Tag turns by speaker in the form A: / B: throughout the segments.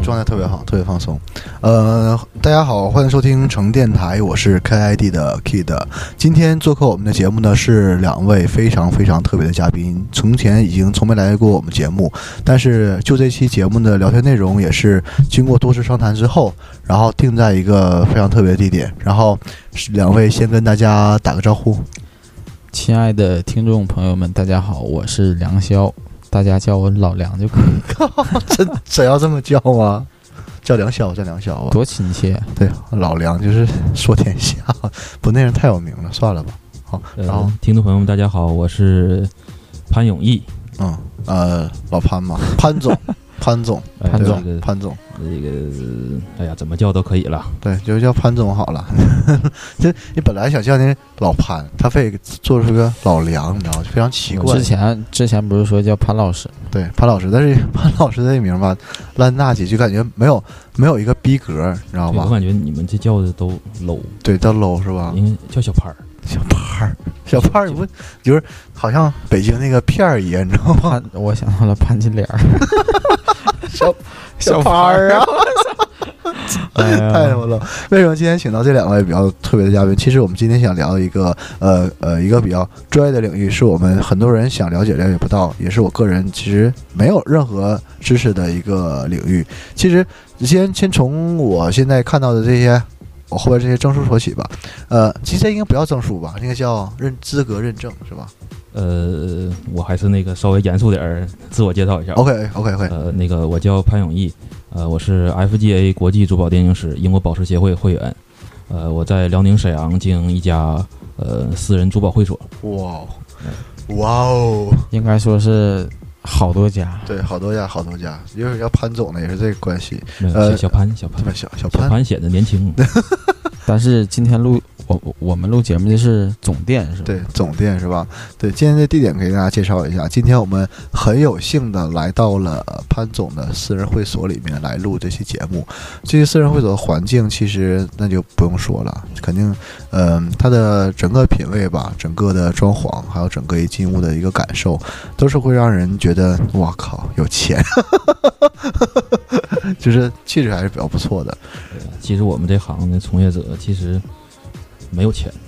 A: 状态特别好，特别放松。大家好，欢迎收听成电台，我是 KID 的 Kid。今天做客我们的节目呢是两位非常非常特别的嘉宾，从前已经从没来过我们节目，但是就这期节目的聊天内容也是经过多次商谈之后，然后定在一个非常特别的地点。然后两位先跟大家打个招呼。
B: 亲爱的听众朋友们，大家好，我是梁霄，大家叫我老梁就可以。
A: 真要这么叫吗？叫梁霄，叫梁霄吧，
B: 多亲切。
A: 对，老梁就是说天下，不那人太有名了，算了吧。好，然后
C: 听众朋友们，大家好，我是潘永义。
A: 老潘嘛，潘总，潘总，潘总，
C: 哎呀，怎么叫都可以了。
A: 对，就叫潘总好了。这你本来想叫你老潘，他非做出个老梁，你知道吗？非常奇怪。
B: 之前不是说叫潘老师？
A: 对，潘老师，但是潘老师这个名吧，烂大姐就感觉没有一个逼格，你知道吧？
C: 我感觉你们这叫的都 low。对，
A: 都 low 是吧？
C: 应该叫小潘儿。
A: 小潘儿，不就是好像北京那个片儿爷，你知道吗？
B: 我想到了潘金莲。
A: 小潘儿啊！太牛了！为什么今天请到这两位比较特别的嘉宾？其实我们今天想聊一个一个比较专业的领域，是我们很多人想了解不到，也是我个人其实没有任何知识的一个领域。其实先从我现在看到的这些。我后边这些证书说起吧，其实应该不叫证书吧，应该叫资格认证是吧？
C: 我还是那个稍微严肃点自我介绍一下。
A: OK。
C: 那个我叫潘永义，我是 FGA 国际珠宝鉴定师，英国宝石协会会员。我在辽宁沈阳经营一家私人珠宝会所。哇哦，
B: 应该说是。好多家，
A: 对，好多家，因为叫潘总的也是这个关系。
C: 小潘显得年轻。
B: 但是今天我们录节目的是总店是吧？
A: 对，总店是吧？对，今天的地点给大家介绍一下。今天我们很有幸的来到了潘总的私人会所里面来录这期节目。这些私人会所的环境其实那就不用说了，肯定，它的整个品味吧，整个的装潢，还有整个一进屋的一个感受，都是会让人觉得哇靠，有钱，就是气质还是比较不错的。
C: 其实我们这行的从业者其实没有钱，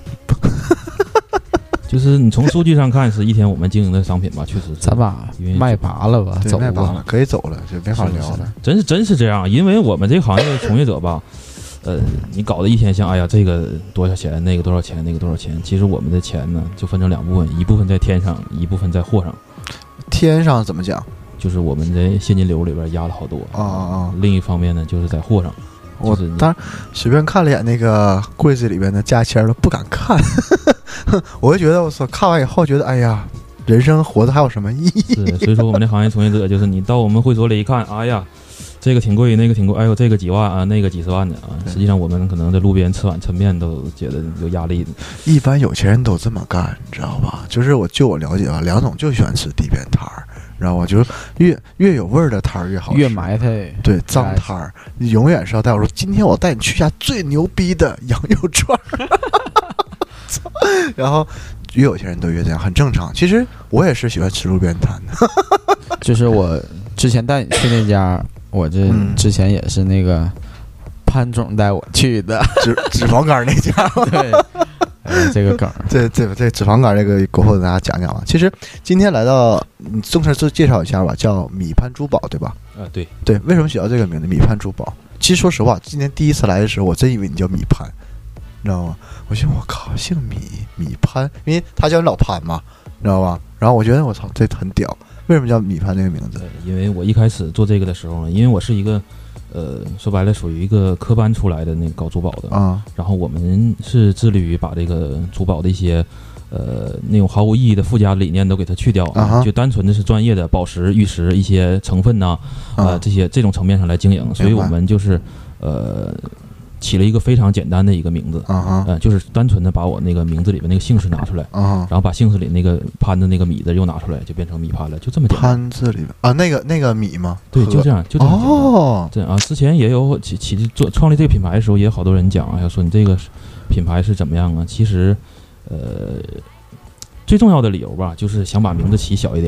C: 就是你从数据上看，是一天我们经营的商品吧，确实是
B: 咱把卖拔了吧，走
A: 卖拔了，可以走了，就没法聊了。
C: 真是这样，因为我们这行业从业者吧，你搞得一天像哎呀这个多少钱，那个多少钱，那个多少钱，其实我们的钱呢就分成两部分，一部分在天上，一部分在货上。
A: 天上怎么讲？
C: 就是我们在现金流里边压了好多另一方面呢，就是在货上。
A: 我当然随便看了眼那个柜子里边的价签都不敢看，我就觉得我操，看完以后觉得哎呀，人生活着还有什么意义？
C: 是，所以说我们这行业从业者就是你到我们会所里一看，哎呀，这个挺贵，那个挺贵，哎呦，这个几万啊，那个几十万的啊。实际上我们可能在路边吃碗抻面都觉得有压力的。一
A: 般有钱人都这么干，你知道吧？就是就我了解吧，梁总就喜欢吃地边摊儿。知道吧？就是越有味儿的摊儿越好吃，
B: 越埋汰。
A: 对，脏摊儿，你永远是要带我说，今天我带你去一下最牛逼的羊肉串儿。然后越有钱人都越这样，很正常。其实我也是喜欢吃路边摊的。
B: 就是我之前带你去那家，我这之前也是那个潘总带我去的，
A: 脂肪肝那家。
B: 对。这个梗，
A: 这脂肪肝这个过后给大家讲讲吧。其实今天来到，你正式介绍一下吧，叫米潘珠宝，对吧？对，为什么取到这个名字米潘珠宝？其实说实话，今天第一次来的时候，我真以为你叫米潘，你知道吗？我寻思我靠，姓米潘，因为他叫你老潘嘛，你知道吧？然后我觉得我操，这很屌。为什么叫米潘这个名字？
C: 因为我一开始做这个的时候呢，因为我是一个。说白了属于一个科班出来的那个搞珠宝的然后我们是致力于把这个珠宝的一些那种毫无意义的附加理念都给它去掉就单纯的是专业的宝石、玉石一些成分这种层面上来经营，所以我们就是起了一个非常简单的一个名字就是单纯的把我那个名字里面那个姓氏拿出来然后把姓氏里那个潘的那个米字又拿出来，就变成米潘了，就这么简单。
A: 潘字里面那个米吗？
C: 对，就这样这样之前也有创立这个品牌的时候，也有好多人讲说你这个品牌是怎么样啊？其实最重要的理由吧，就是想把名字起小一点。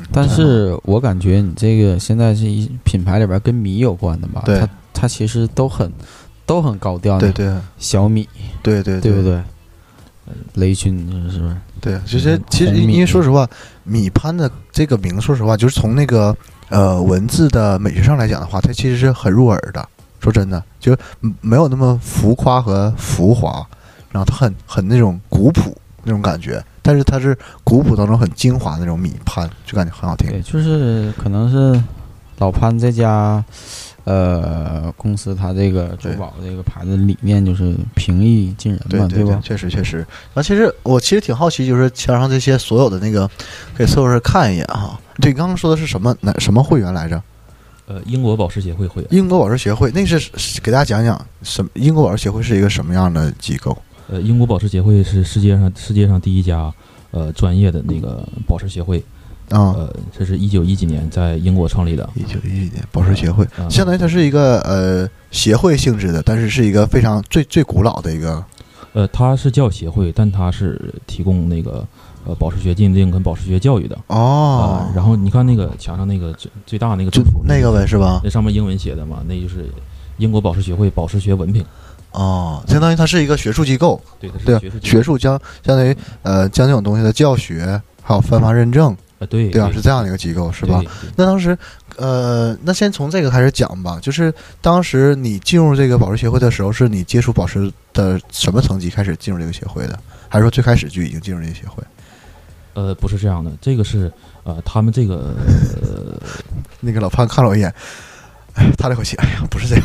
B: 但是我感觉你这个现在是一品牌里边跟米有关的吧？
A: 对，
B: 它其实都很高调的。
A: 对对，
B: 小米，
A: 对对
B: 对不对？雷军是不是？
A: 对，其实因为说实话，米潘的这个名，说实话，就是从那个文字的美学上来讲的话，它其实是很入耳的。说真的，就没有那么浮夸和浮华，然后它很那种古朴那种感觉，但是它是古朴当中很精华的那种米潘，就感觉很好听。
B: 对，就是可能是老潘这家公司，它这个珠宝这个牌子理念就是平易近人嘛，
A: 对
B: 吧？
A: 确实。那我其实挺好奇，就是墙上这些所有的那个，可以凑合看一眼哈。对，刚刚说的是什么会员来着？
C: 英国宝石协会会员。
A: 英国宝石协会，那是给大家讲讲英国宝石协会是一个什么样的机构？
C: 英国宝石协会是世界上第一家专业的那个宝石协会。这是1910几年在英国创立的。
A: 1911年宝石协会，相当于它是一个协会性质的，但是是一个非常最古老的一个。
C: 它是叫协会，但它是提供那个宝石学鉴定跟宝石学教育的。然后你看那个墙上那个最大那个字符，
A: 那个呗是吧？
C: 那上面英文写的嘛，那就是英国宝石协会宝石学文凭。
A: 相当于它是一个学术机构。
C: 对，它是
A: 学术相当于将这种东西的教学还有颁发认证。
C: 对
A: 啊，是这样的一个机构，是吧？那当时，那先从这个开始讲吧。就是当时你进入这个宝石协会的时候，是你接触宝石的什么层级开始进入这个协会的？还是说最开始就已经进入这个协会？
C: 不是这样的，这个是他们这个
A: 那个老潘看了我一眼，叹了口气，哎呀，不是这样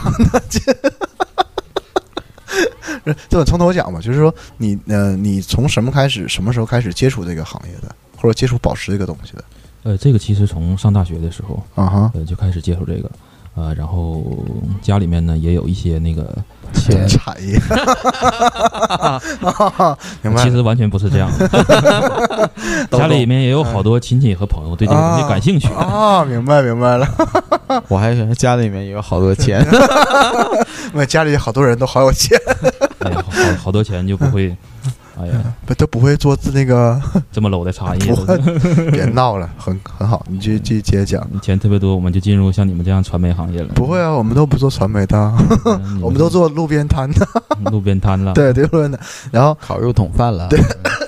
A: 的。这我从头讲吧，就是说你从什么时候开始接触这个行业的？或者接触宝石这个东西的？
C: 这个其实从上大学的时候就开始接触这个，然后家里面呢也有一些那个
A: 产业。明白。
C: 其实完全不是这样的。家里面也有好多亲戚和朋友对这个东西感兴趣。
A: 明白了。
B: 我还以为家里面也有好多钱。
A: 家里好多人都好有钱。
C: 好多钱就不会。哎呀，
A: 都不会做那个
C: 这么 low 的茶叶。
A: 别闹了，很好，你接着讲。
C: 钱特别多，我们就进入像你们这样传媒行业了。
A: 不会啊，我们都不做传媒的，我们都做路边摊的。
C: 路边摊了。
A: 对，路边的。然后
B: 烤肉桶饭了。
A: 对。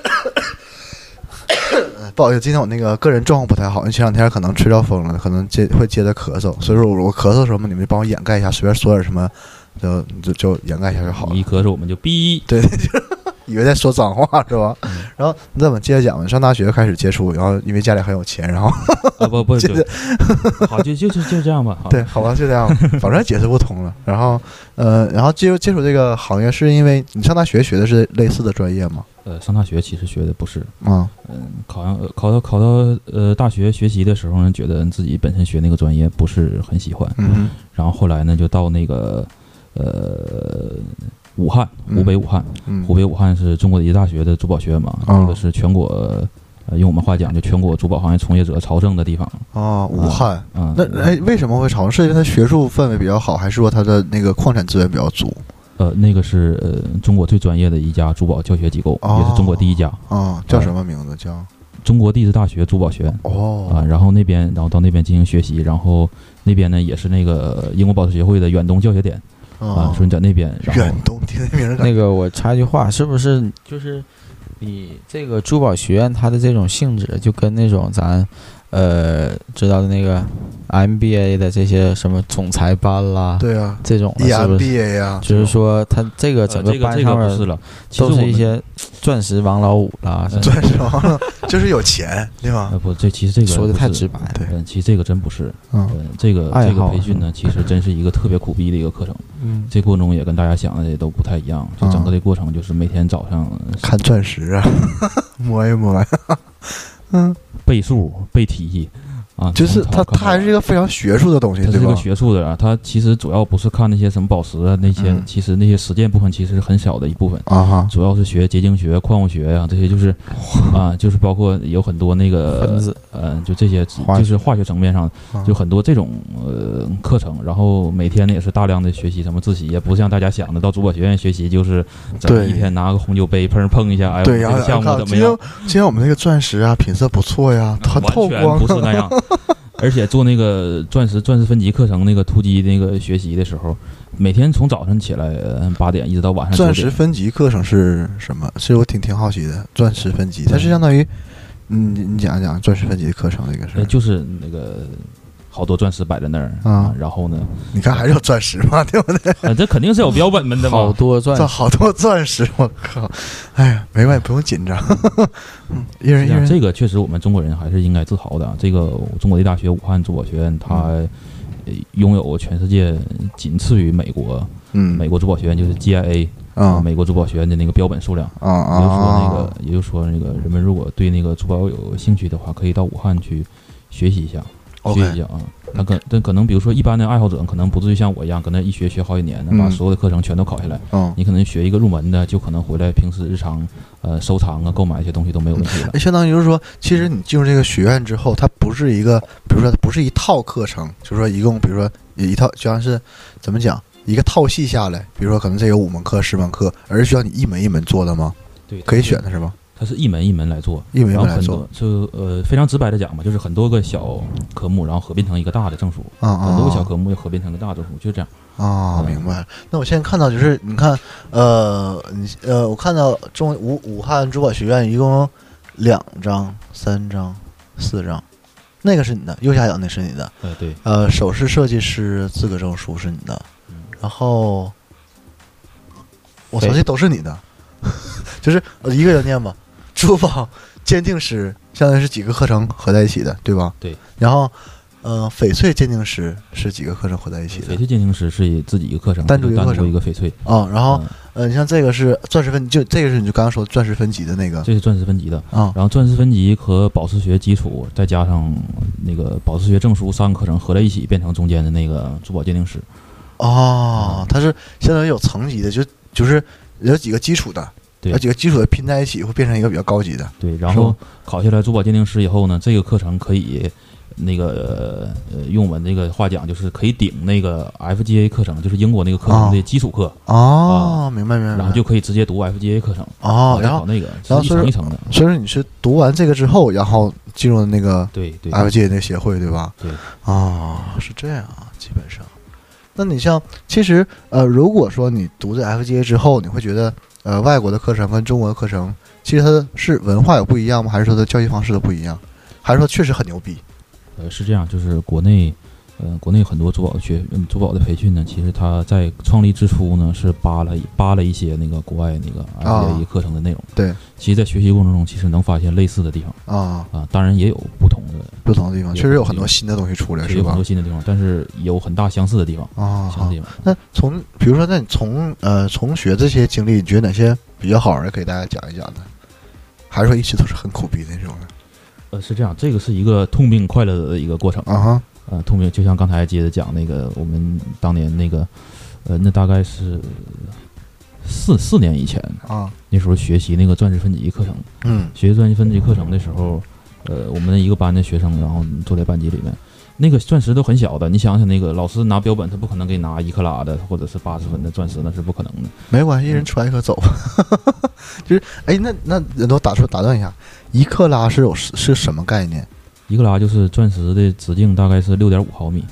A: 不好意思，今天我那个个人状况不太好，因为前2天可能吹到风了，可能会接着咳嗽，所以说我咳嗽的时候，你们帮我掩盖一下，随便说点什么，就掩盖一下就好了。
C: 你一咳嗽我们就逼。
A: 对。以为在说脏话是吧？然后那我们接着讲吧。上大学开始接触，然后因为家里很有钱，然后
C: 不好就这样吧。
A: 对，好吧，就这样，反正解释不通了。然后接触这个行业，是因为你上大学学的是类似的专业吗？
C: 上大学其实学的不是。考到大学学习的时候呢，觉得自己本身学那个专业不是很喜欢。然后后来呢，就到那个武汉，湖北武汉。湖北武汉是中国第一大学的珠宝学院嘛，这个是全国用我们话讲，就全国珠宝行业从业者朝圣的地方。
A: 武汉。那为什么会朝圣？是因为它学术氛围比较好，还是说它的那个矿产资源比较足？
C: 那个是中国最专业的一家珠宝教学机构，也是中国第一家。
A: 叫什么名字？叫
C: 中国地质大学珠宝学院。然后到那边进行学习，然后那边呢也是那个英国宝石协会的远东教学点。说你在那边，
A: 远东听那名儿。
B: 那个我插一句话，是不是就是你这个珠宝学院它的这种性质，就跟那种咱知道的那个 MBA 的这些什么总裁班啦，
A: 对啊，
B: 这种是不是
A: EMBA 啊？
B: 就是说它这个整个班上面都是一些钻石王老五啦，
A: 钻石王老就是有钱，对吧？
C: 不，其实这个
B: 说的太直白。
C: 对，其实这个真不是。这个培训呢，其实真是一个特别苦逼的一个课程。这过程中也跟大家想的也都不太一样。就整个这过程就是每天早上
A: 看钻石啊，摸一摸。
C: 背数背体系， 啊，
A: 就是它还是一个非常学术的东西，
C: 它
A: 对吧？
C: 是个学术的啊，它其实主要不是看那些什么宝石啊那些，其实那些实践部分其实是很小的一部分
A: 啊，
C: 主要是学结晶学、矿物学呀、这些，就是啊，就是包括有很多那个
B: 分子，
C: 就这些就是化学层面上就很多这种课程，然后每天呢也是大量的学习什么自习，也不像大家想的到珠宝学院学习就是整一天拿个红酒杯碰一下，哎，
A: 对，
C: 这个项目怎么样？
A: 今天我们那个钻石啊品色不错呀，它透光，
C: 完全不是那样。而且做那个钻石分级课程那个突击那个学习的时候，每天从早晨起来8点一直到晚上9点。
A: 钻石分级课程是什么？其实我挺好奇的。钻石分级，它是相当于，你讲一讲钻石分级的课程这个事。
C: 就是那个好多钻石摆在那儿
A: 啊，
C: 然后呢，
A: 你看还是有钻石嘛，对不对？
C: 这肯定是有标本们的嘛。
B: 好多钻石，
A: 我靠！哎呀，没关系，不用紧张。一人
C: 这个确实我们中国人还是应该自豪的。这个中国的大学武汉珠宝学院，它拥有全世界仅次于美国，美国珠宝学院就是 GIA 美国珠宝学院的那个标本数量也就是说那个人们如果对那个珠宝有兴趣的话，可以到武汉去学习一下。学习一下啊，但可能比如说一般的爱好者可能不至于像我一样，可能一学好几年，把所有的课程全都考下来。你可能学一个入门的，就可能回来平时日常收藏啊、购买一些东西都没有问题了。
A: 相当于就是说，其实你进入这个学院之后，它不是一个，比如说它不是一套课程，就是说一共比如说一套，就像是怎么讲一个套系下来，比如说可能这有5门课、10门课，而是需要你一门一门做的吗？
C: 对，
A: 可以选的是吧？
C: 它是一门一门来做，
A: 一门一门来做，
C: 就非常直白的讲嘛，就是很多个小科目，然后合并成一个大的证书，很多个小科目又合并成一个大证书，就这样。
A: 明白了。那我现在看到就是你看，我看到武汉珠宝学院一共2张、3张、4张，那个是你的，右下角那是你的，
C: 对，
A: 首饰设计师资格证书是你的，然后我相信都是你的。就是一个人念吧，珠宝鉴定师相当于是几个课程合在一起的，对吧？
C: 对。然
A: 后，翡翠鉴定师是几个课程合在一起的？
C: 翡翠鉴定师是自己一个课程，
A: 单独一个课程，
C: 一个翡翠
A: 啊。然后，你像这个是钻石分，就这个是你就刚刚说钻石分级的那个，
C: 这是钻石分级的啊。然后钻石分级和宝石学基础再加上那个宝石学证书3个课程合在一起，变成中间的那个珠宝鉴定师。它是相当于有层级的，就是有几个基础的。 对，
A: 有几个基础的拼在一起，会变成一个比较高级的。
C: 对，然后考下来珠宝鉴定师以后呢，这个课程可以那个用我们那个话讲，就是可以顶那个 FGA 课程，就是英国那个课程的基础课。
A: 明白。
C: 然后就可以直接读 FGA 课程。
A: 然后
C: 那个是一层一层的。
A: 所以说你是读完这个之后，然后进入那个
C: 对
A: FGA 那个协会，对吧？
C: 对。
A: 是这样啊，基本上。那你像其实如果说你读这 FGA 之后，你会觉得外国的课程跟中国的课程，其实它是文化有不一样吗？还是说它教学方式都不一样？还是说确实很牛逼？
C: 是这样，就是国内很多珠宝的培训呢，其实它在创立之初呢是扒了一些那个国外那个 FGA 课程的内容。
A: 对，
C: 其实，在学习过程中，其实能发现类似的地方当然也有不同的
A: 地方，确实有很多新的东西出来，是吧？
C: 有很多新的地方，但是有很大相似的地方相似地方。
A: 那比如说，那你从学这些经历，你觉得哪些比较好玩的，可以大家讲一讲的？还是说一直都是很苦逼那种的？
C: 是这样，这个是一个痛并快乐的一个过程痛并就像刚才接着讲那个，我们当年那个那大概是4年以前那时候学习那个钻石分级课程，学钻石分级课程的时候，我们一个班的学生，然后坐在班级里面，那个钻石都很小的，你想想那个老师拿标本，他不可能给你拿1克拉的或者是80分的钻石，那是不可能的。
A: 没关系，一人揣1颗走。就是那人都打断一下，1克拉是什么概念
C: ？1克拉就是钻石的直径大概是6.5毫米。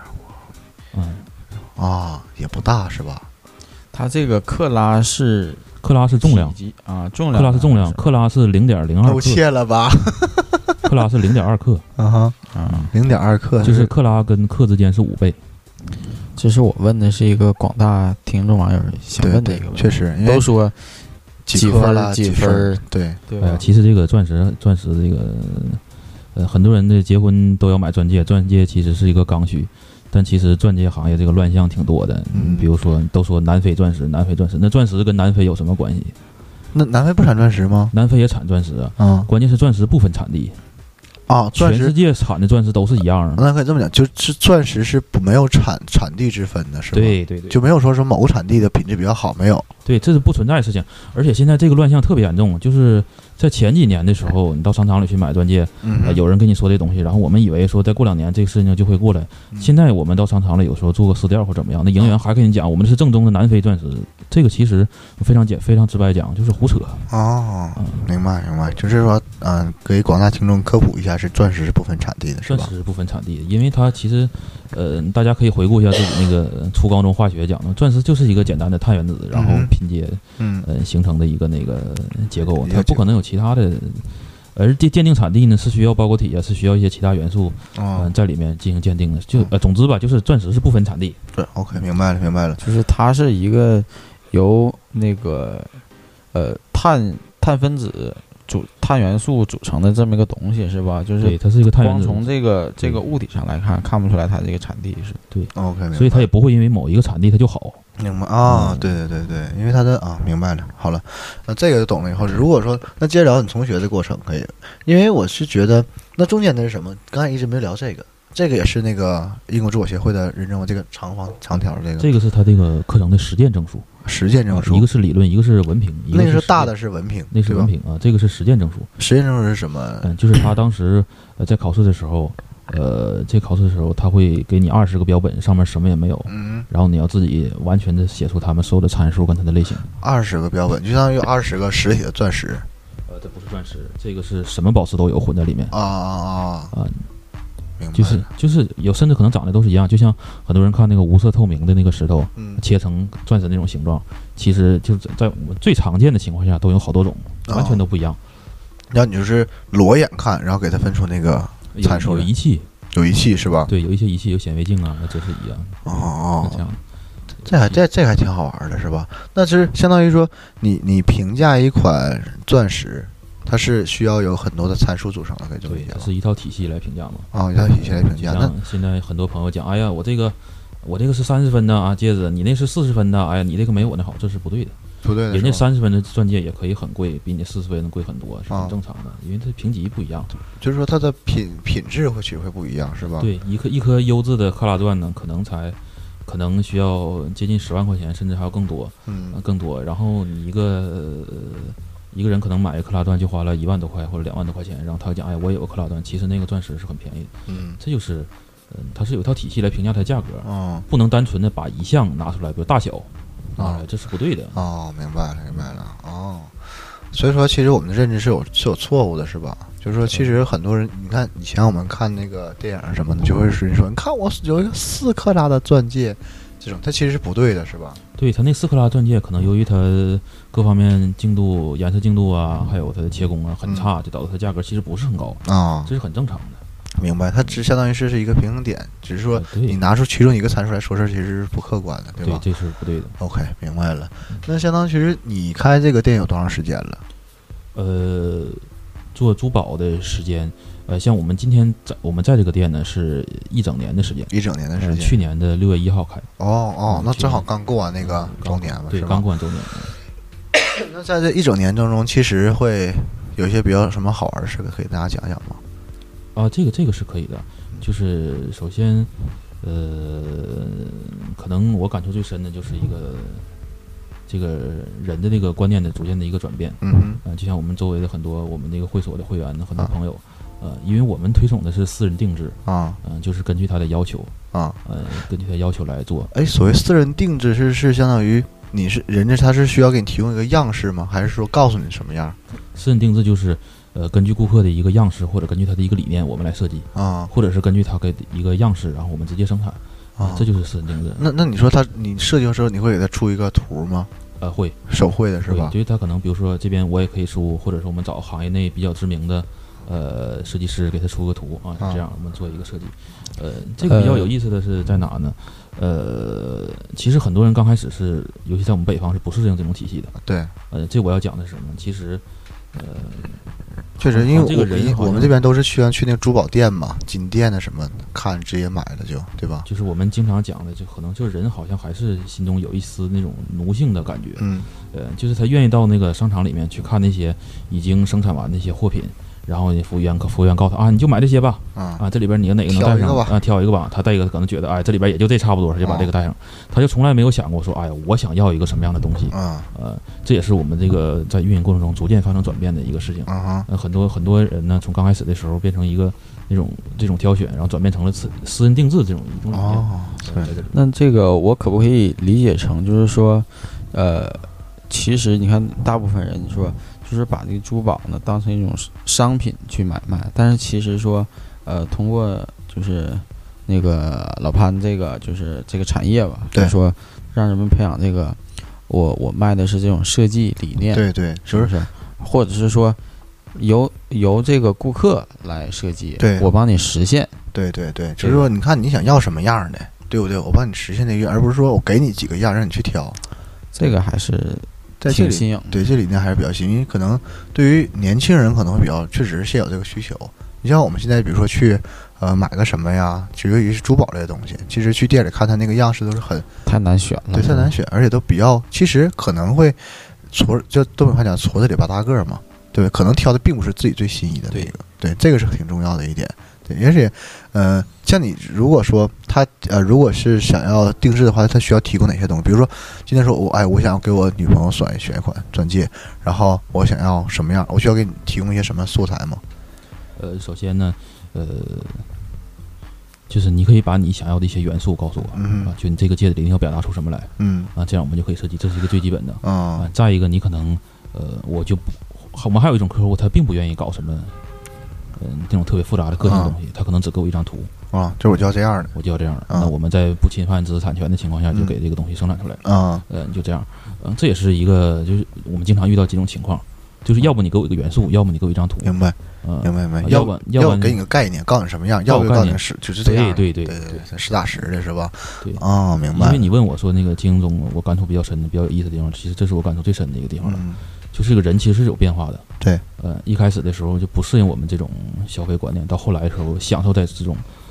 A: 也不大是吧？
B: 它这个克拉是
C: 重量
B: 重量，
C: 克拉是重量，克拉是0.02克。
A: 都切了吧？
C: 克拉是0.2克
A: 0.2克，
C: 就是克拉跟克之间是5倍。
B: 这是我问的是一个广大听众网友想问的一个问题，
A: 确实
B: 都说
A: 几分，对。
C: 其实这个钻石这个很多人的结婚都要买钻戒，钻戒其实是一个刚需。但其实钻戒行业这个乱象挺多的，比如说都说南非钻石，那钻石跟南非有什么关系？
A: 那南非不产钻石吗？
C: 南非也产钻石关键是钻石不分产地。
A: 啊，钻石
C: 全世界产的钻石都是一样的。
A: 那可以这么讲，就是钻石是没有产地之分的，是吧？
C: 对，就
A: 没有说某个产地的品质比较好，没有。
C: 对，这是不存在的事情。而且现在这个乱象特别严重，就是在前几年的时候，你到商场里去买钻戒，有人跟你说这东西，然后我们以为说再过2年这个事情就会过来。现在我们到商场里有时候做个试调或怎么样，那营业员还跟你讲我们是正宗的南非钻石，这个其实非常直白讲就是胡扯。
A: 哦，明白，就是说，给广大听众科普一下，是钻石是不分产地的，是吧？
C: 钻石不分产地的，因为它其实，大家可以回顾一下自己那个初高中化学讲的，钻石就是一个简单的碳原子，然后拼接，形成的一个那个结构，它不可能有其他的。而鉴定产地呢，是需要包裹体啊，是需要一些其他元素，在里面进行鉴定的。总之吧，就是钻石是不分产地。
A: 对 ，OK， 明白了。
B: 就是它是一个由那个碳分子碳元素组成的这么一个东西，是吧？就是
C: 对，它是一个碳元素。
B: 光从这个物体上来看不出来它这个产地是
C: 对
A: ，OK，
C: 所以它也不会因为某一个产地它就好。
A: 明白啊，对，因为它的明白了。好了，那这个就懂了以后，如果说那接着聊你同学的过程可以，因为我是觉得那中间的是什么？刚才一直没聊这个也是那个英国珠宝协会的认证吗？这个长条
C: 这个是他这个课程的实践证书。一个是理论，一个是文凭。
A: 那个是大的是文凭，
C: 那是文凭啊，这个是实践证书。
A: 实践证书是什么？
C: 就是他当时在考试的时候，他会给你20个标本，上面什么也没有，然后你要自己完全的写出他们所有的参数跟它的类型。
A: 20个标本就相当于20个实体的钻石。
C: 这不是钻石，这个是什么宝石都有混在里面就是有，甚至可能长得都是一样，就像很多人看那个无色透明的那个石头，切成钻石那种形状，其实就在我们最常见的情况下都有好多种，完全都不一样。
A: 然后你就是裸眼看，然后给它分出那个参数。
C: 有仪器
A: 是吧？
C: 对，有一些仪器，有显微镜啊，这是一样。这样。
A: 这还挺好玩的，是吧？那就是相当于说，你评价一款钻石。它是需要有很多的参数组成的，可以这么讲。
C: 对，它是一套体系来评价嘛。
A: 一套体系来评价。那
C: 现在很多朋友讲，哎呀，我这个是30分的啊戒指，你那是40分的，哎呀，你这个没我那好，这是不对的。
A: 不对的。
C: 人家30分的钻戒也可以很贵，比你40分的贵很多，是很正常的，因为它评级不一样。
A: 就是说它的品质会不一样，是吧？
C: 对，一颗优质的克拉钻呢，可能需要接近10万块钱，甚至还要更多。更多。然后你一个人可能买一个克拉钻就花了1万多块或者2万多块钱，然后他讲，哎，我也有个克拉钻，其实那个钻石是很便宜的。这就是它是有一套体系来评价它的价格。不能单纯的把一项拿出来，比如大小这是不对的。
A: 明白了。所以说其实我们的认知是有错误的，是吧？就是说其实很多人，你看以前我们看那个电影什么的，就会说你看我有一个4克拉的钻戒，这种它其实是不对的，是吧？
C: 对，它那4克拉钻戒可能由于它各方面颜色净度啊，还有它的切工啊很差，就导致它价格其实不是很高这是很正常的。
A: 明白，它只相当于是一个平衡点，只是说你拿出其中一个参数来说事，其实是不客观的，对吧？
C: 对，这是不对的。
A: OK， 明白了。那相当于其实你开这个店有多长时间了？
C: 做珠宝的时间，像我们今天我们在这个店呢是1整年的时间。去年的6月1号开。
A: 那正好刚过完那个周年了，
C: 对，
A: 是吧？
C: 刚过完周年。
A: 那在这1整年当中，其实会有一些比较什么好玩的事可以大家讲讲吗？
C: 这个是可以的。就是首先，可能我感触最深的就是这个人的这个观念的逐渐的一个转变。就像我们周围的很多我们那个会所的会员的很多朋友，因为我们推崇的是私人定制就是根据他的要求根据他的要求来做。
A: 所谓私人定制是相当于人家他是需要给你提供一个样式吗？还是说告诉你什么样？
C: 私人定制就是根据顾客的一个样式，或者根据他的一个理念，我们来设计或者是根据他的一个样式，然后我们直接生产这就是私人定制。
A: 那你说你设计的时候，你会给他出一个图吗？
C: 会，
A: 手绘的是吧？
C: 就是他可能比如说这边我也可以出，或者说我们找行业内比较知名的设计师给他出个图这样我们做一个设计。这个比较有意思的是在哪呢？其实很多人刚开始是，尤其在我们北方是不适应这种体系的。
A: 对，
C: 这我要讲的是什么？其实，
A: 确实，因为我们这边都是需要去那个珠宝店嘛，金店的什么看直接买了就，对吧？
C: 就是我们经常讲的，就可能就是人好像还是心中有一丝那种奴性的感觉。就是他愿意到那个商场里面去看那些已经生产完那些货品， 然后服务员告诉他啊，你就买这些吧，这里边你哪个能带上啊？挑一个吧。他带一个可能觉得，哎，这里边也就这差不多，他就把这个带上。他就从来没有想过说，哎呀，我想要一个什么样的东西。这也是我们这个在运营过程中逐渐发生转变的一个事情。很多人呢，从刚开始的时候变成一个这种挑选，然后转变成了私人定制这种一种理念。
B: 那这个我可不可以理解成，就是说，其实你看，大部分人说。就是把这个珠宝呢当成一种商品去买卖，但是其实说，通过就是那个老潘这个就是这个产业吧，就是说让人们培养这个，我卖的是这种设计理念，
A: 对，
B: 是不是？或者是说由这个顾客来设计，
A: 对，
B: 我帮你实现，
A: 对，就是说你看你想要什么样的，对不对？我帮你实现那个，而不是说我给你几个样让你去挑，
B: 这个还是。
A: 在这里，对这理念还是比较新，因为可能对于年轻人可能会比较，确实是现有这个需求。你像我们现在，比如说去买个什么呀，就尤其是珠宝类的东西，其实去店里看它那个样式都是
B: 太难选了，
A: 对，太难选，而且都比较，其实可能会就东北话讲矬子里拔大个嘛，对，可能挑的并不是自己最心仪的那个，对，这个是挺重要的一点。对，而且，像你如果说他如果是想要定制的话，他需要提供哪些东西？比如说，今天说我想要给我女朋友选一款钻戒，然后我想要什么样？我需要给你提供一些什么素材吗？
C: 首先呢，就是你可以把你想要的一些元素告诉我，就你这个戒指里一定要表达出什么来，这样我们就可以设计，这是一个最基本的。再一个，你可能我们还有一种客户，他并不愿意搞什么。这种特别复杂的个性的东西，他可能只给我一张图
A: 就是我就要这样的，
C: 那我们在不侵犯知识产权的情况下，就给这个东西生产出来。就这样。这也是一个，就是我们经常遇到几种情况，就是要不你给我一个元素，要不你给我一张图。
A: 明白。要不给你个概念，告诉你什么样，要不告诉你是就是这样。
C: 对，
A: 实打实的是吧？
C: 对。
A: 明白。
C: 因为你问我说那个经营中我感触比较深的、比较有意思的地方，其实这是我感触最深的一个地方了。就是这个人其实是有变化的，
A: 对，
C: 一开始的时候就不适应我们这种消费观念，到后来的时候享受在这种，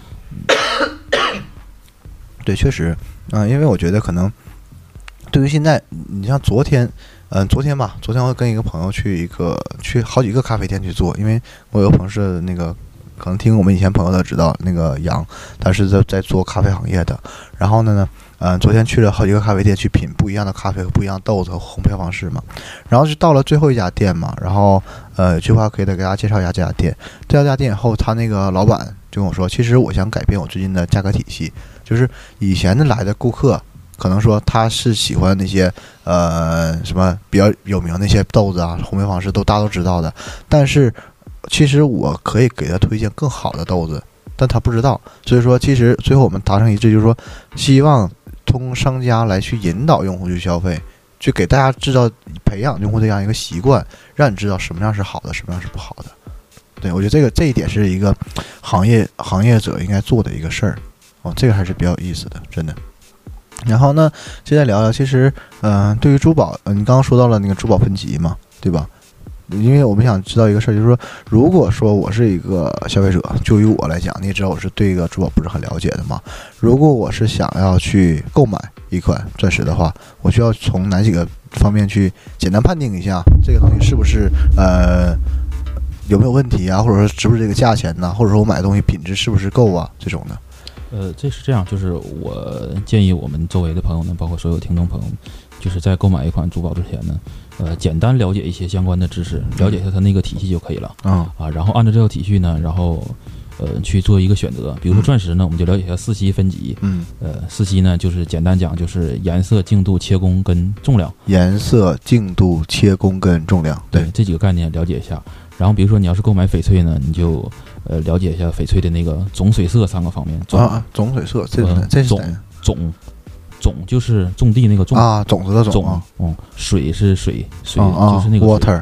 A: 对，确实，因为我觉得可能对于现在，你像昨天我跟一个朋友去好几个咖啡店去做，因为我有个朋友是那个可能听我们以前朋友都知道，那个杨，他是在做咖啡行业的，然后呢。昨天去了好几个咖啡店去品不一样的咖啡和不一样的豆子和烘焙方式嘛，然后就到了最后一家店嘛，然后有句话可以再给大家介绍一下这家店。这家店以后，他那个老板就跟我说，其实我想改变我最近的价格体系，就是以前的来的顾客可能说他是喜欢那些什么比较有名的那些豆子啊，烘焙方式大家都知道的，但是其实我可以给他推荐更好的豆子，但他不知道，所以说其实最后我们达成一致，就是说希望通过商家来去引导用户去消费，去给大家制造培养用户这样一个习惯，让你知道什么样是好的，什么样是不好的。对，我觉得这一点是一个行业者应该做的一个事儿，这个还是比较有意思的，真的。然后呢，接着聊聊，其实对于珠宝，你刚刚说到了那个珠宝分级嘛，对吧？因为我们想知道一个事儿，就是说，如果说我是一个消费者，就于我来讲，你也知道我是对一个珠宝不是很了解的嘛。如果我是想要去购买一款钻石的话，我需要从哪几个方面去简单判定一下这个东西是不是有没有问题啊，或者说值不值这个价钱呢？或者说我买的东西品质是不是够啊？这种的。
C: 这是这样，就是我建议我们周围的朋友呢，包括所有听众朋友们，就是在购买一款珠宝之前呢。简单了解一些相关的知识，了解一下它那个体系就可以了。然后按照这套体系呢，然后去做一个选择。比如说钻石呢，我们就了解一下4析分级。4析呢，就是简单讲就是颜色、净度、切工跟重量。颜色、净度、切工跟重量，对这几个概念了解一下。然后比如说你要是购买翡翠呢，你就了解一下翡翠的那个总水色3个方面。
A: 总水色，这是
C: 种就是种地那个种
A: 啊，种子的种。
C: 水是水就是那个
A: water，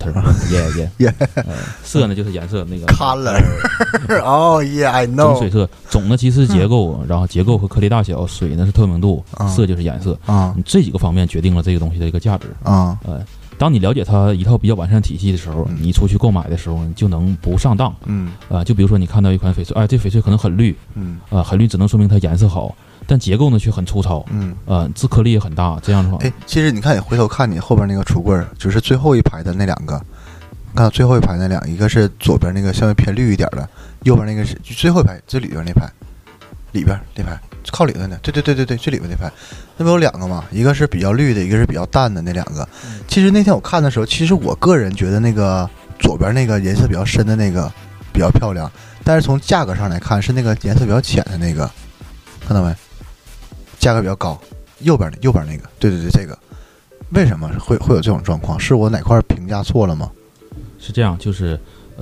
C: yeah， 色呢就是颜色那个
A: color。哦，yeah，I know。
C: 种水色，种呢其实是结构，然后结构和颗粒大小，水呢是透明度，色就是颜色这几个方面决定了这个东西的一个价值当你了解它一套比较完善体系的时候，你出去购买的时候就能不上当。就比如说你看到一款翡翠，这翡翠可能很绿，很绿只能说明它颜色好。但结构呢却很粗糙，这颗粒也很大，这样的话，
A: 其实你看，你回头看你后边那个橱柜，就是最后一排的那2个， 看到最后一排那两个，一个是左边那个稍微偏绿一点的，右边那个是最后一排最里边那排，里边那排靠里头呢，对，最里边那排，那不有两个吗？一个是比较绿的，一个是比较淡的那两个。其实那天我看的时候，其实我个人觉得那个左边那个颜色比较深的那个比较漂亮，但是从价格上来看是那个颜色比较浅的那个，看到没？价格比较高，右边那个，对，这个。为什么会有这种状况？是我哪块评价错了吗？
C: 是这样，就是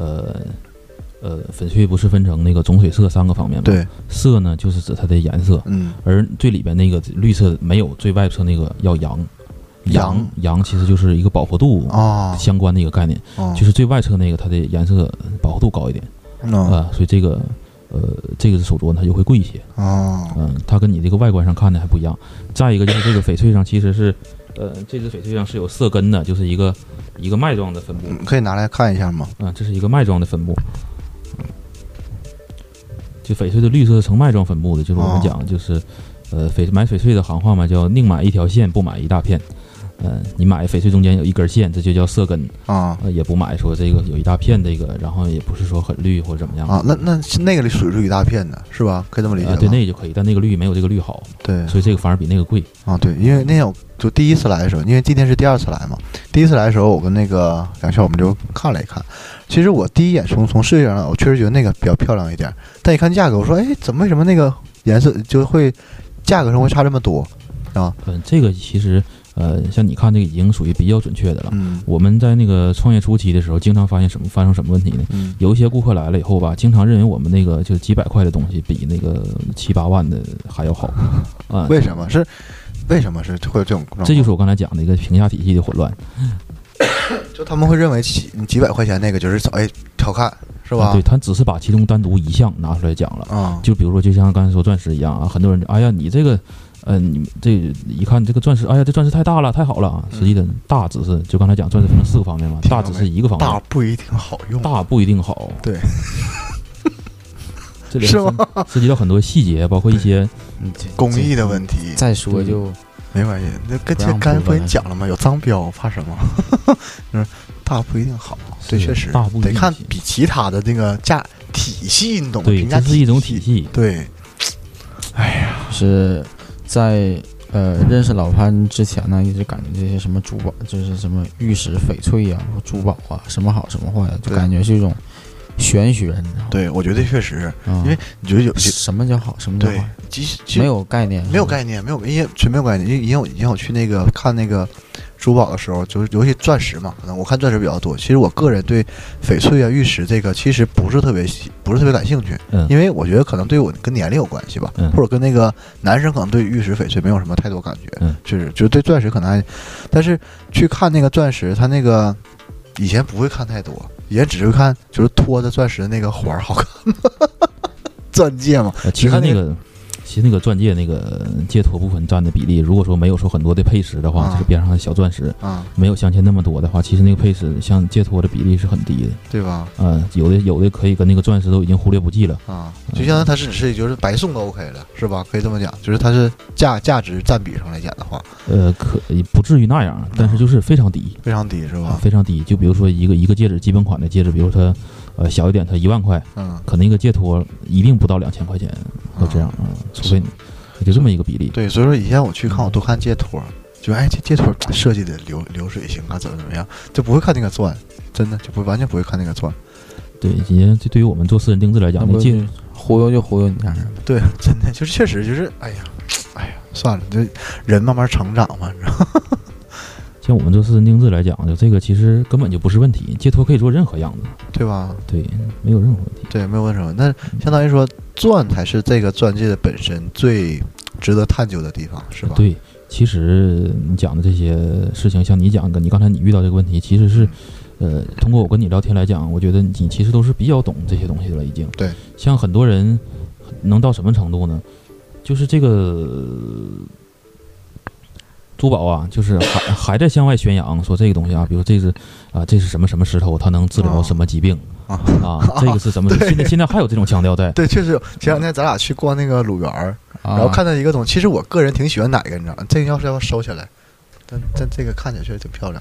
C: 翡翠不是分成那个种水色3个方面吗？
A: 对，
C: 色呢就是指它的颜色，而最里边那个绿色没有最外侧那个要阳其实就是一个饱和度相关的一个概念，就是最外侧那个它的颜色饱和度高一点，所以这个是手镯它就会贵一些，它跟你这个外观上看的还不一样。再一个就是这个翡翠上其实是这只翡翠上是有色根的，就是一个脉状的分布，
A: 可以拿来看一下吗？
C: 这是一个脉状的分布，就翡翠的绿色是呈脉状分布的，就是我们讲就是买翡翠的行话嘛，叫宁买一条线，不买一大片。你买翡翠中间有一根线，这就叫色根也不买说这个有一大片这个，然后也不是说很绿或者怎么样
A: 那个属于一大片的是吧？可以这么理解
C: 对，那个就可以，但那个绿没有这个绿好，
A: 对，
C: 所以这个反而比那个贵
A: 对，因为那天我就第一次来的时候，因为今天是第2次来嘛，第一次来的时候我跟那个梁笑我们就看了一看，其实我第一眼从视觉上我确实觉得那个比较漂亮一点，但一看价格我说为什么那个颜色就会价格上会差这么多啊？
C: 这个其实像你看这个已经属于比较准确的了。我们在那个创业初期的时候，经常发生什么问题呢？有一些顾客来了以后吧，经常认为我们那个就几百块的东西比那个7、8万的还要好
A: 为什么是会有这种？
C: 这就是我刚才讲的一个评价体系的混乱。
A: 就他们会认为几百块钱那个就是好看是吧？
C: 对，他只是把其中单独一项拿出来讲了就比如说就像刚才说钻石一样很多人哎呀你这个。你这一看这个钻石，哎呀，这钻石太大了，太好了。实际的大只是就刚才讲钻石分成4个方面嘛，大只是一个方面，
A: 大不一定好用，
C: 大不一定好。
A: 对，
C: 这里涉及到很多细节，包括一些
A: 工艺的问题。
B: 再说就
A: 没关系，那刚才不跟你讲了吗？有脏标，怕什么？就是大不一定好，对，确实
C: 大不一定
A: 得看比其他的那个体系，你懂吗？
C: 对，这是一种体系。
A: 对，哎呀，
B: 是。在认识老潘之前呢，一直感觉这些什么珠宝，就是什么玉石、翡翠啊、珠宝啊，什么好什么坏的，就感觉是一种玄学，你知道吗？
A: 对，我觉得确实，因为你觉得有些
B: 什么叫好，什么叫坏，没有概念，
A: 没有概念，因为纯没有概念。因为我去那个看那个珠宝的时候，就是尤其钻石嘛，可能我看钻石比较多。其实我个人对翡翠啊、玉石这个其实不是特别感兴趣，因为我觉得可能对我跟年龄有关系吧，或者跟那个男生可能对玉石、翡翠没有什么太多感觉，就是对钻石可能还，但是去看那个钻石，它那个以前不会看太多，以前只会看就是托着钻石的那个环好看，钻戒嘛，
C: 其实那个钻戒那个戒托部分占的比例，如果说没有说很多的配饰的话，这个边上的小钻石没有镶嵌那么多的话，其实那个配饰像戒托的比例是很低的，
A: 对吧？
C: 有的可以跟那个钻石都已经忽略不计了
A: 就相当于它只是就是白送都 OK 了，是吧？可以这么讲，就是它是价值占比上来讲的话，
C: 可不至于那样，但是就是非常低，
A: 非常低是吧？
C: 非常低。就比如说一个戒指基本款的戒指，比如它小一点，它1万块，可能一个戒托一定不到2000块钱，都这样除非你就这么一个比例。
A: 对，所以说以前我去看，我都看戒托，就这戒托设计的流水型啊，怎么样，就不会看那个钻，真的就完全不会看那个钻。
C: 对，因为这对于我们做私人定制来讲，那戒
B: 忽悠就忽悠你看什么？
A: 对，真的就是确实就是，哎呀，算了，这人慢慢成长嘛，你知道吗？
C: 像我们做私人定制来讲，就这个其实根本就不是问题，戒托可以做任何样子，
A: 对吧？
C: 对，没有任何问题。
A: 对，没有任何问题。那相当于说，钻才是这个钻戒的本身最值得探究的地方，是吧？
C: 对，其实你讲的这些事情，像你讲的，你刚才你遇到这个问题，其实是，通过我跟你聊天来讲，我觉得你其实都是比较懂这些东西的了，已经。
A: 对。像
C: 很多人能到什么程度呢？就是这个。珠宝啊，就是还在向外宣扬说这个东西啊，比如这是什么什么石头，它能治疗什么疾病这个是什么？现在还有这种强调在。
A: 对，确实有。前两天咱俩去逛那个鲁园，然后看到一个东西，其实我个人挺喜欢哪个，你知道吗？这个要收起来，但这个看起来确实挺漂亮。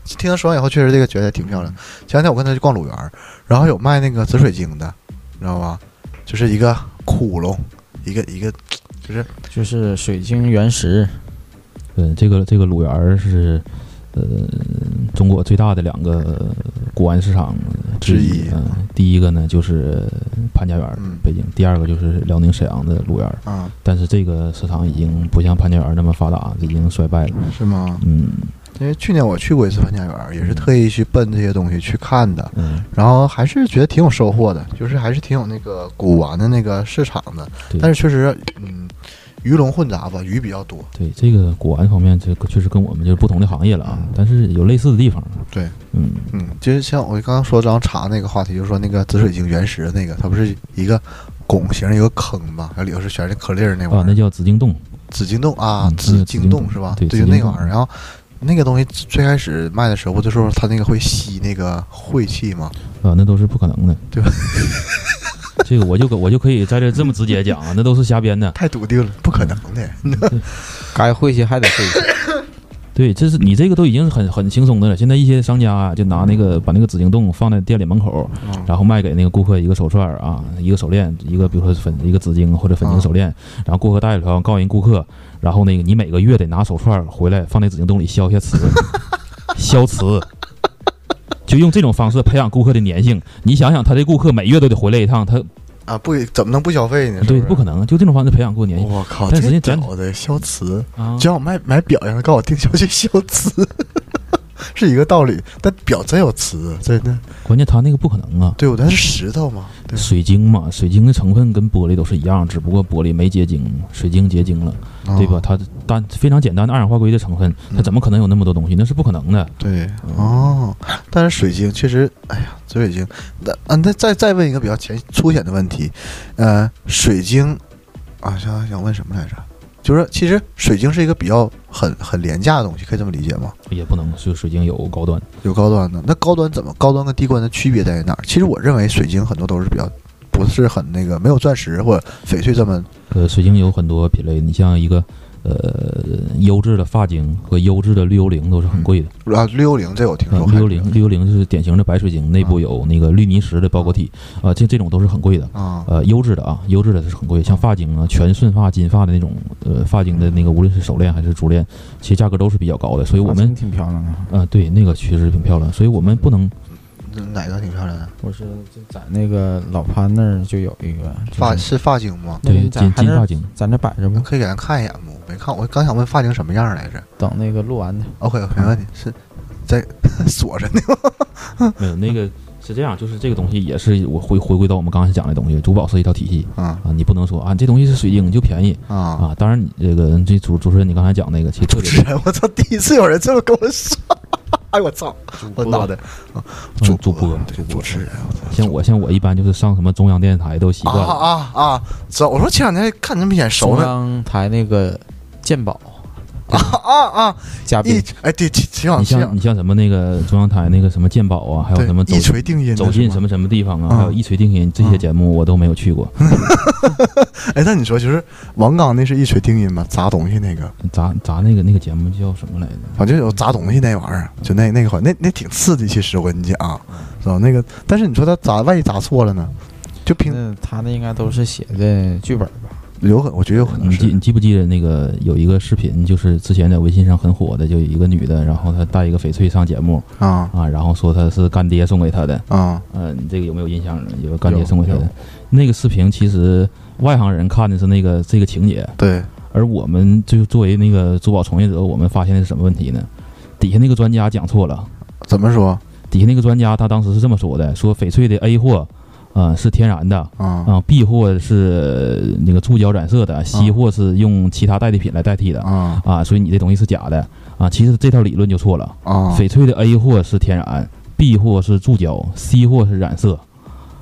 A: 听他说完以后，确实这个觉得挺漂亮。前两天我跟他去逛鲁园，然后有卖那个紫水晶的，知道吧？就是一个窟窿，一个
B: 就是水晶原石。
C: 这个鲁园是中国最大的2个古玩市场之一。第一个呢就是潘家园，北京；第二个就是辽宁沈阳的鲁园。但是这个市场已经不像潘家园那么发达，已经衰败了。
A: 是吗？因为去年我去过一次潘家园，也是特意去奔这些东西去看的。然后还是觉得挺有收获的，就是还是挺有那个古玩的那个市场的。但是确实，鱼龙混杂吧，鱼比较多。
C: 对，这个古玩方面，这个确实跟我们就是不同的行业了啊，但是有类似的地方。
A: 对，就是像我刚刚说张茶那个话题，就是说那个紫水晶原石的那个，它不是一个拱形一个坑嘛，然后里头是全是颗粒那玩意儿。
C: 那叫紫晶洞。
A: 紫晶洞啊，紫晶洞是吧？对，就那个玩意儿。然后那个东西最开始卖的时候，不就说它那个会吸那个晦气吗？
C: 那都是不可能的，
A: 对吧？
C: 这个我就可以在这么直接讲啊，那都是瞎编的，
A: 太笃定了，不可能的。
B: 该晦气还得晦气。
C: 对，这是你这个都已经是很轻松的了。现在一些商家啊，就拿那个把那个紫晶洞放在店里门口，然后卖给那个顾客一个手串啊，一个手链，一个比如说一个紫晶或者粉晶手链，然后顾客带了告诉人顾客，然后那个你每个月得拿手串回来放在紫晶洞里消一下磁，消磁。就用这种方式培养顾客的粘性。你想想，他这顾客每月都得回来一趟，他
A: 怎么能不消费呢？
C: 对，不可能，就这种方式培养顾客粘性。
A: 我靠，
C: 但实际
A: 屌的消磁，就像我买表一样，告诉我定期去消磁，是一个道理。但表真有磁，真的。
C: 关键他那个不可能啊，
A: 对，它是石头嘛，
C: 水晶嘛，水晶的成分跟玻璃都是一样，只不过玻璃没结晶，水晶结晶了，对吧？它非常简单的二氧化硅的成分，它怎么可能有那么多东西？那是不可能的。
A: 对，但是水晶确实，哎呀，紫水晶，那再问一个比较粗浅的问题，水晶啊，想问什么来着？就是其实水晶是一个比较很廉价的东西，可以这么理解吗？
C: 也不能，就水晶有高端，
A: 有高端的。那高端跟低端的区别在哪儿？其实我认为水晶很多都是比较不是很那个，没有钻石或者翡翠这么。
C: 水晶有很多品类，你像一个优质的发晶和优质的绿幽灵都是很贵的。
A: 绿幽灵这我听说。
C: 绿幽灵就是典型的白水晶，内部有那个绿泥石的包裹体这种都是很贵的优质的是很贵，像发晶啊、全顺发、金发的那种发晶的那个，无论是手链还是珠链，其实价格都是比较高的，所以我们
B: 挺漂亮的
C: 对，那个确实挺漂亮，所以我们不能。
A: 哪个挺漂亮的？
B: 我是就在那个老潘那儿就有一个
A: 是发晶吗？
C: 对，金发晶，
B: 在那摆着吗？
A: 可以给咱看一眼吗？没看，我刚想问发晶什么样来着。
B: 等那个录完的。
A: OK， 没问题，是在锁着呢。
C: 没有，那个是这样，就是这个东西也是我回归到我们刚才讲的东西，珠宝是一套体系你不能说这东西是水晶就便宜当然，这主持人你刚才讲那个，其实
A: 主持人，我操，第一次有人这么跟我说。哎我操！我脑袋
C: 主播
A: 主持人，
C: 像我一般就是上什么中央电视台都习惯了
A: 知道。我说前两天看那么眼熟呢，
B: 中央台那个鉴宝嘉宾
A: 对，挺
C: 你像什么那个中央台那个什么鉴宝还有什么
A: 一锤定音
C: 走进什么地方还有一锤定音这些节目我都没有去过。
A: 那你说就是王刚那是一锤定音吗？砸东西那个
C: 砸那个节目叫什么来着？
A: 反正有砸东西那玩意儿，就那个那挺刺激。其实我跟你讲是吧？那个，但是你说他万一砸错了呢？就
B: 他那应该都是写的剧本吧？
A: 我觉得有可能是。
C: 你记不记得那个有一个视频，就是之前在微信上很火的，就有一个女的，然后她带一个翡翠上节目然后说她是干爹送给她的你这个有没有印象？有个干爹送给她的那个视频，其实外行人看的是这个情节，
A: 对。
C: 而我们就作为那个珠宝从业者，我们发现的是什么问题呢？底下那个专家讲错了。
A: 怎么说？
C: 底下那个专家他当时是这么说的：说翡翠的 A 货。是天然的，B 货是那个注胶染色的，C 货是用其他代替品来代替的所以你这东西是假的其实这套理论就错了翡翠的 A 货是天然，B 货是注胶，C 货是染色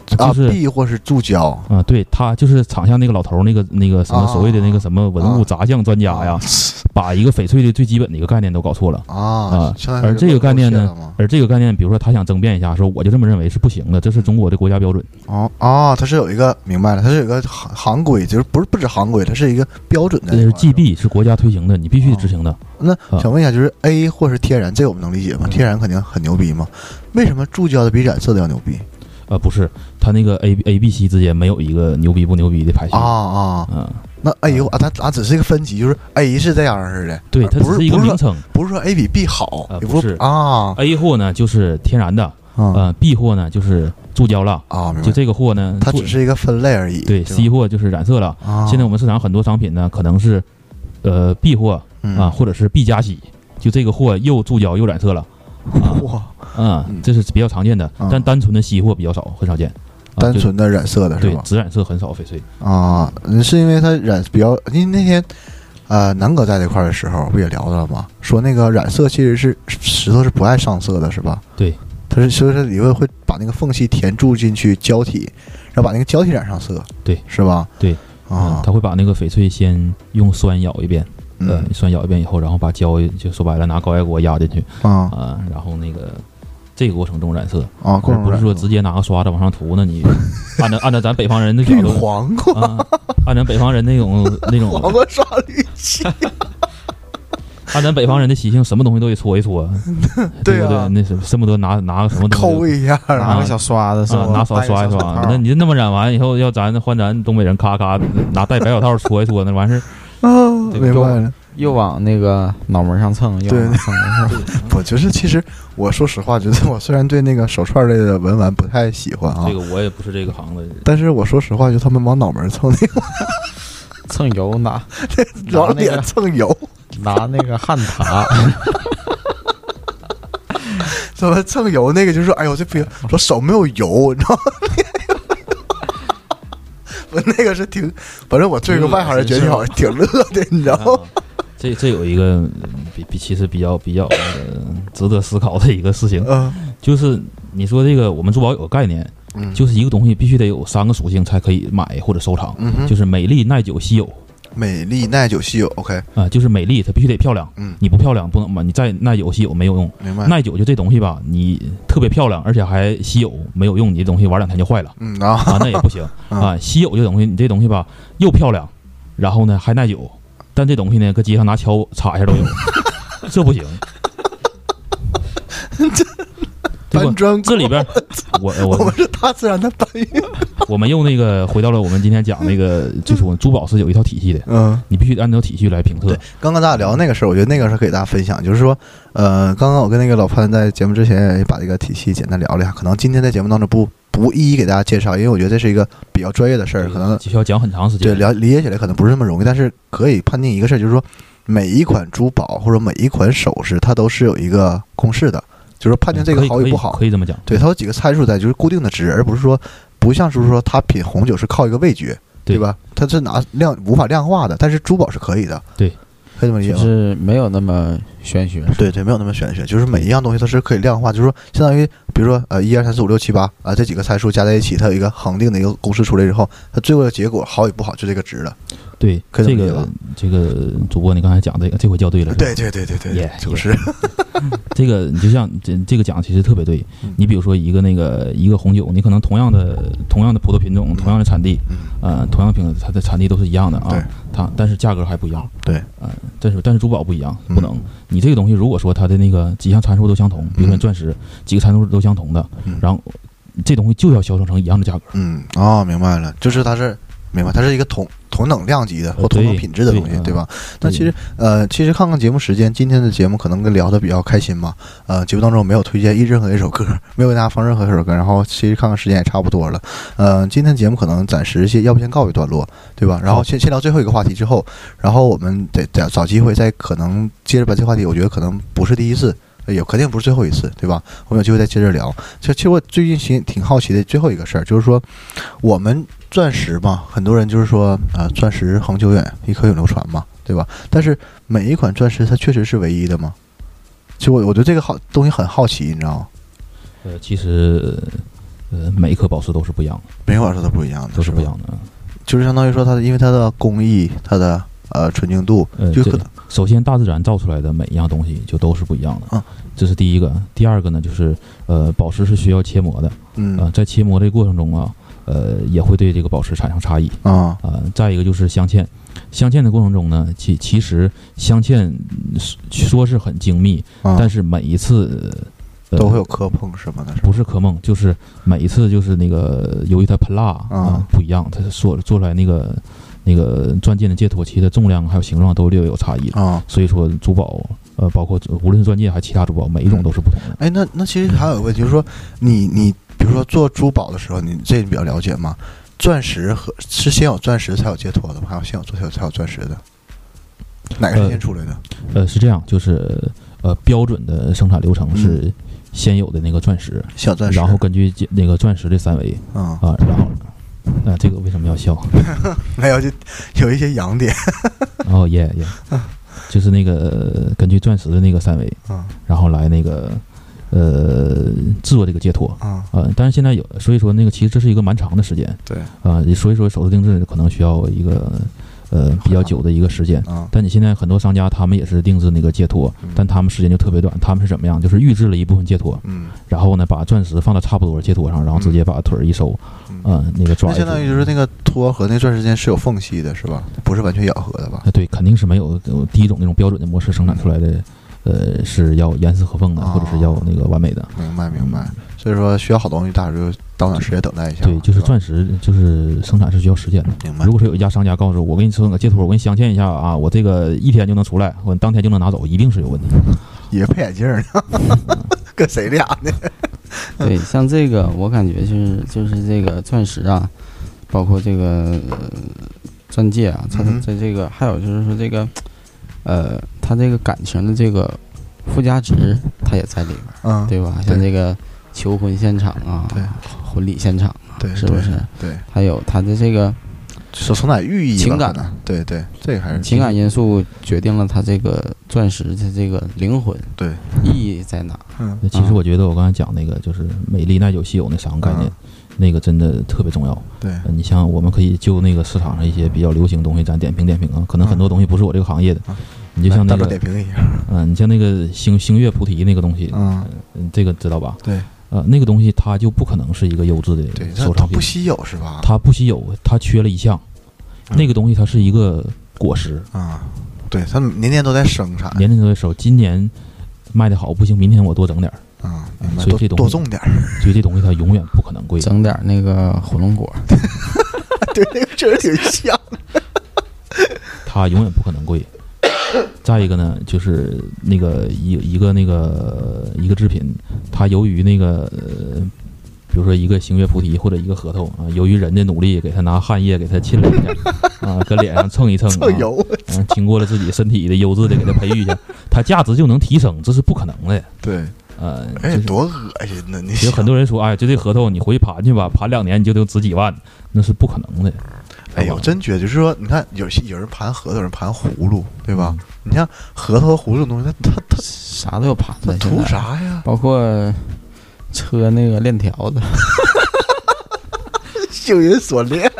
C: 就是
A: B 或是注胶
C: 啊，对，他就是厂下那个老头那个什么所谓的那个什么文物杂项专家呀，把一个翡翠的最基本的一个概念都搞错了而这个概念呢，比如说他想争辩一下，说我就这么认为是不行的，这是中国的国家标准。
A: 它是有一个明白了，它是有一个行规，就是不止行规，它是一个标准的。
C: 这是 GB 是国家推行的，你必须执行的。
A: 那想问一下，就是 A 或是天然，这个我们能理解吗？天然肯定很牛逼吗？为什么注胶的比染色的要牛逼？
C: 不是，它那个 A、B、C 之间没有一个牛逼不牛逼的排序
A: 那 A 它只是一个分级，就是 A 是这样式的，
C: 对，它只是一个名称，
A: 不是说 A 比 B 好，
C: 不是A 货呢就是天然的，B 货呢就是注胶了就这个货呢，
A: 它只是一个分类而已。
C: 对 ，C 货就是染色了。现在我们市场很多商品呢，可能是B 货或者是 B 加洗，就这个货又注胶又染色了。这是比较常见的，但单纯的吸货比较少，很少见。
A: 单纯的染色的是吧？
C: 对，只染色很少翡翠
A: 是因为它染比较，因为那天南哥在这块的时候不也聊到了吗？说那个染色其实是石头是不爱上色的，是吧？
C: 对，
A: 它是所以说里面会把那个缝隙填注进去胶体，然后把那个胶体染上色，
C: 对，
A: 是吧？
C: 对他会把那个翡翠先用酸咬一遍。酸咬一遍以后，然后把胶就说白了拿高压锅压进去然后那个这个过程中染色不是说直接拿个刷子往上涂呢。你按照咱北方人的角度，
A: 黄瓜
C: 按照北方人那种
A: 黄瓜刷滤器，
C: 按咱北方人的习性，什么东西都得搓一搓，对不对？那什么都拿个什么东西
A: 抠一下，
B: 拿个小刷子
C: 拿刷一刷。那你那么染完以后，要咱东北人咔咔拿戴白手套搓一搓，那完事
A: 明白了。
B: 又往那个脑门上蹭，
A: 对，我就是其实我说实话，觉得我虽然对那个手串类的文玩不太喜欢
C: 这个我也不是这个行的，
A: 但是我说实话，就他们往脑门蹭那个
B: 蹭油拿
A: 往脸蹭油，
B: 拿那个汉塔
A: 怎么蹭油那个就是说，哎呦这不行，说手没有油，你知道吗？我那个是挺，反正我对个外行人觉得好像挺乐的，你知道吗？
C: 这有一个其实比较值得思考的一个事情，就是你说这个我们珠宝有个概念，就是一个东西必须得有3个属性才可以买或者收藏，就是美丽、耐久、稀有。
A: 美丽、耐久、稀有 ，OK
C: 就是美丽它必须得漂亮，你不漂亮不能买，你再耐久稀有没有用。
A: 明白。
C: 耐久就这东西吧，你特别漂亮而且还稀有没有用，你这东西玩2天就坏了，那也不行稀有这东西，你这东西吧又漂亮，然后呢还耐久，但这东西呢搁街上拿锹插一下都有，这不行。
A: 搬砖
C: 这里边我
A: 们是大自然的搬运。
C: 我们用那个回到了我们今天讲那个，就是我们珠宝是有一套体系的，你必须按照体系来评测。
A: 刚刚咱俩聊那个事儿，我觉得那个是给大家分享，就是说，刚刚我跟那个老潘在节目之前也把这个体系简单聊了一下，可能今天在节目当中不一一给大家介绍，因为我觉得这是一个比较专业的事儿，可能
C: 需要讲很长时间，
A: 对，理解起来可能不是那么容易，但是可以判定一个事儿，就是说每一款珠宝或者每一款首饰，它都是有一个公式的。就是判定这个好与不好，
C: 可以这么讲。
A: 对，它有几个参数在，就是固定的值，而不是说不像是说它品红酒是靠一个味觉，对吧？它是无法量化的，但是珠宝是可以的。
C: 对，
A: 可以这么理解吗？
B: 就是没有那么玄学。
A: 对，没有那么玄学，就是每一样东西它是可以量化，就是说相当于比如说1、2、3、4、5、6、7、8这几个参数加在一起，它有一个恒定的一个公式出来之后，它最后的结果好与不好就这个值了。
C: 对，这个主播你刚才讲这回叫对了。
A: 对，就是
C: 这个你就像这个讲其实特别对。你比如说一个红酒，你可能同样的葡萄品种，同样的产地，同样的它的产地都是一样的但是价格还不一样。
A: 对，
C: 但是珠宝不一样，不能。你这个东西如果说它的那个几项参数都相同，比如说钻石几个参数都相同的，然后这东西就要销售成一样的价格。
A: 明白了，就是它是。明白，它是一个同等量级的或同等品质的东西，对吧？那其实看看节目时间，今天的节目可能聊得比较开心嘛。节目当中没有推荐任何一首歌，没有给大家放任何一首歌，然后其实看看时间也差不多了。今天节目可能暂时要不先告一段落，对吧？然后先聊最后一个话题之后，然后我们得找机会再可能接着把这个话题，我觉得可能不是第一次。也肯定不是最后一次，对吧？我们有机会再接着聊。其实我最近挺好奇的最后一个事儿，就是说我们钻石嘛，很多人就是说钻石恒久远，一颗永流传嘛，对吧？但是每一款钻石它确实是唯一的吗？其实我对这个东西很好奇，你知道吗？
C: 其实每一颗宝石都是不一样的，
A: 每个宝石都不一样的，
C: 都是不一样的，
A: 就是相当于说它的，因为它的工艺，它的纯净度，就
C: 首先大自然造出来的每一样东西就都是不一样的，这是第一个。第二个呢，就是宝石是需要切磨的，在切磨这个过程中啊，也会对这个宝石产生差异再一个就是镶嵌的过程中呢，其实镶嵌说是很精密，但是每一次
A: 都会有磕碰是吗？
C: 不是磕碰，就是每一次就是那个由于它喷蜡不一样，它做出来那个钻戒的戒托其的重量还有形状都略有差异所以说珠宝包括无论是钻戒还是其他珠宝，每一种都是不同的。
A: 哎，那其实还有个问题，就是说你比如说做珠宝的时候，你比较了解吗？钻石是先有钻石才有戒托的吗？还有先有才有钻石的？哪个是先出来的？
C: 是这样，就是标准的生产流程是先有的那个钻石，
A: 小钻石，
C: 然后根据那个钻石的三维然后这个为什么要笑？
A: 没有，就有一些痒点。
C: 就是那个根据钻石的那个三维然后来那个制作这个戒托但是现在所以说那个其实这是一个蛮长的时间，
A: 对
C: 所以说首次定制可能需要一个比较久的一个时间但你现在很多商家他们也是定制那个戒托但他们时间就特别短，他们是怎么样？就是预制了一部分戒托然后呢把钻石放到差不多的戒托上，然后直接把腿一收那个抓，
A: 那相当于就是那个托和那个钻石之间是有缝隙的，是吧？不是完全咬合的吧？
C: 对，肯定是没有第一种那种标准的模式生产出来的是要严丝合缝的或者是要那个完美的。
A: 明白。所以说需要好东西，大家就当点时间等待一下。
C: 对，就是钻石就是生产是需要时间的。
A: 明白。
C: 如果说有一家商家告诉我给你送个戒托，我给你镶嵌一下我这个一天就能出来，我当天就能拿走，一定是有问题。
A: 也配眼镜呢？跟谁俩呢？
B: 对，像这个我感觉就是这个钻石啊，包括这个钻戒啊，它在这个还有就是说这个它这个感情的这个附加值它也在里边对吧？像这个求婚现场对，婚礼现场
A: 对，
B: 是不是？
A: 对，
B: 还有它的这个
A: 是从哪寓意
B: 情感
A: 对，这个还是
B: 情感因素决定了它这个钻石的这个灵魂，
A: 对，
B: 意义在哪？
C: 其实我觉得我刚才讲那个就是美丽耐久稀有那3个概念那个真的特别重要。
A: 对，
C: 你像我们可以就那个市场上一些比较流行的东西咱点评可能很多东西不是我这个行业的你就像那个
A: 点评一下
C: 你像那个星月菩提那个东西这个知道吧？
A: 对，
C: 那个东西它就不可能是一个优质的收藏品，
A: 不稀有是吧？
C: 它不稀有，它缺了一项那个东西它是一个果实
A: 对，它年年都在生产，
C: 年年都在收，今年卖的好不行，明天我多整点所以这东西
A: 多种点，
C: 所以这东西它永远不可能贵，
B: 整点那个火龙果
A: 对，那个确实挺像
C: 它永远不可能贵。再一个呢，就是那个一个制品，它由于那个比如说一个星月菩提或者一个核桃由于人的努力给它拿汗液给它浸了一下搁脸上蹭一蹭
A: 蹭油
C: 经过了自己身体的优质的给它培育一下它价值就能提升，这是不可能的。
A: 对，多恶心呢！你
C: 有很多人说就这核桃你回去盘去吧，盘2年你就能值几万，那是不可能的。
A: 我真觉得就是说，你看有人盘核桃，有人盘葫芦，对吧？你像核桃和葫芦的东西，它
B: 啥都有盘的，
A: 图啥呀？
B: 包括车那个链条子，
A: 幸运锁链，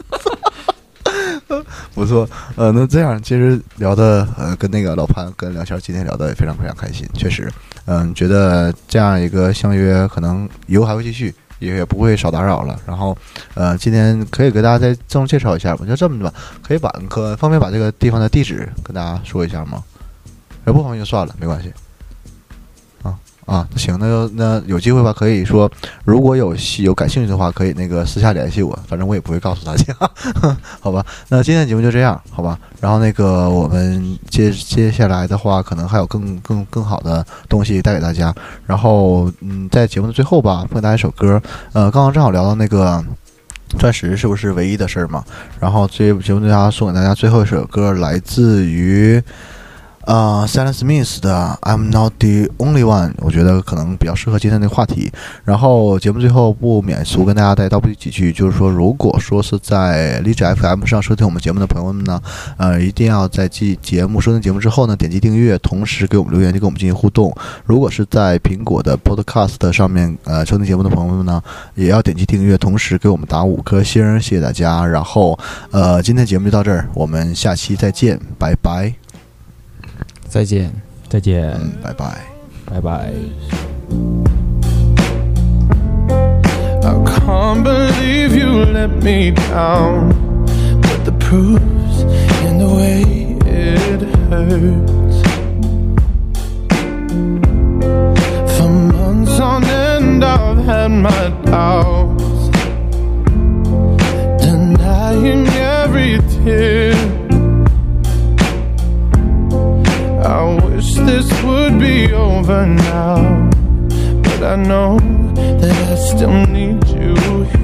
A: 不错。那这样其实聊的跟那个老潘跟梁谦今天聊的也非常非常开心，确实，觉得这样一个相约可能以后还会继续。也不会少打扰了。然后，今天可以给大家再郑重介绍一下。我就这么吧，可以方便把这个地方的地址跟大家说一下吗？要不方便就算了，没关系。那行，那有机会吧，可以说如果有感兴趣的话，可以那个私下联系我，反正我也不会告诉大家，好吧？那今天的节目就这样，好吧？然后那个我们接下来的话，可能还有更好的东西带给大家。然后在节目的最后吧，送给大家一首歌。刚刚正好聊到那个钻石是不是唯一的事儿嘛？然后这节目送给大家最后一首歌，来自于 Sam Smith 的 I'm Not the Only One， 我觉得可能比较适合今天的话题。然后节目最后不免俗跟大家再叨补几句，就是说，如果说是在荔枝 FM 上收听我们节目的朋友们呢，一定要在收听节目之后呢，点击订阅，同时给我们留言，就跟我们进行互动。如果是在苹果的 Podcast 上面收听节目的朋友们呢，也要点击订阅，同时给我们打5颗星，谢谢大家。然后今天节目就到这儿，我们下期再见，拜拜。
B: 再见，
C: 再见，
A: 拜拜，
C: 拜拜。
D: I can't believe you let me down, but the proof's in the way it hurts. For months on end I've had my doubts, denying every tear. I wish this would be over now, but I know that I still need you here.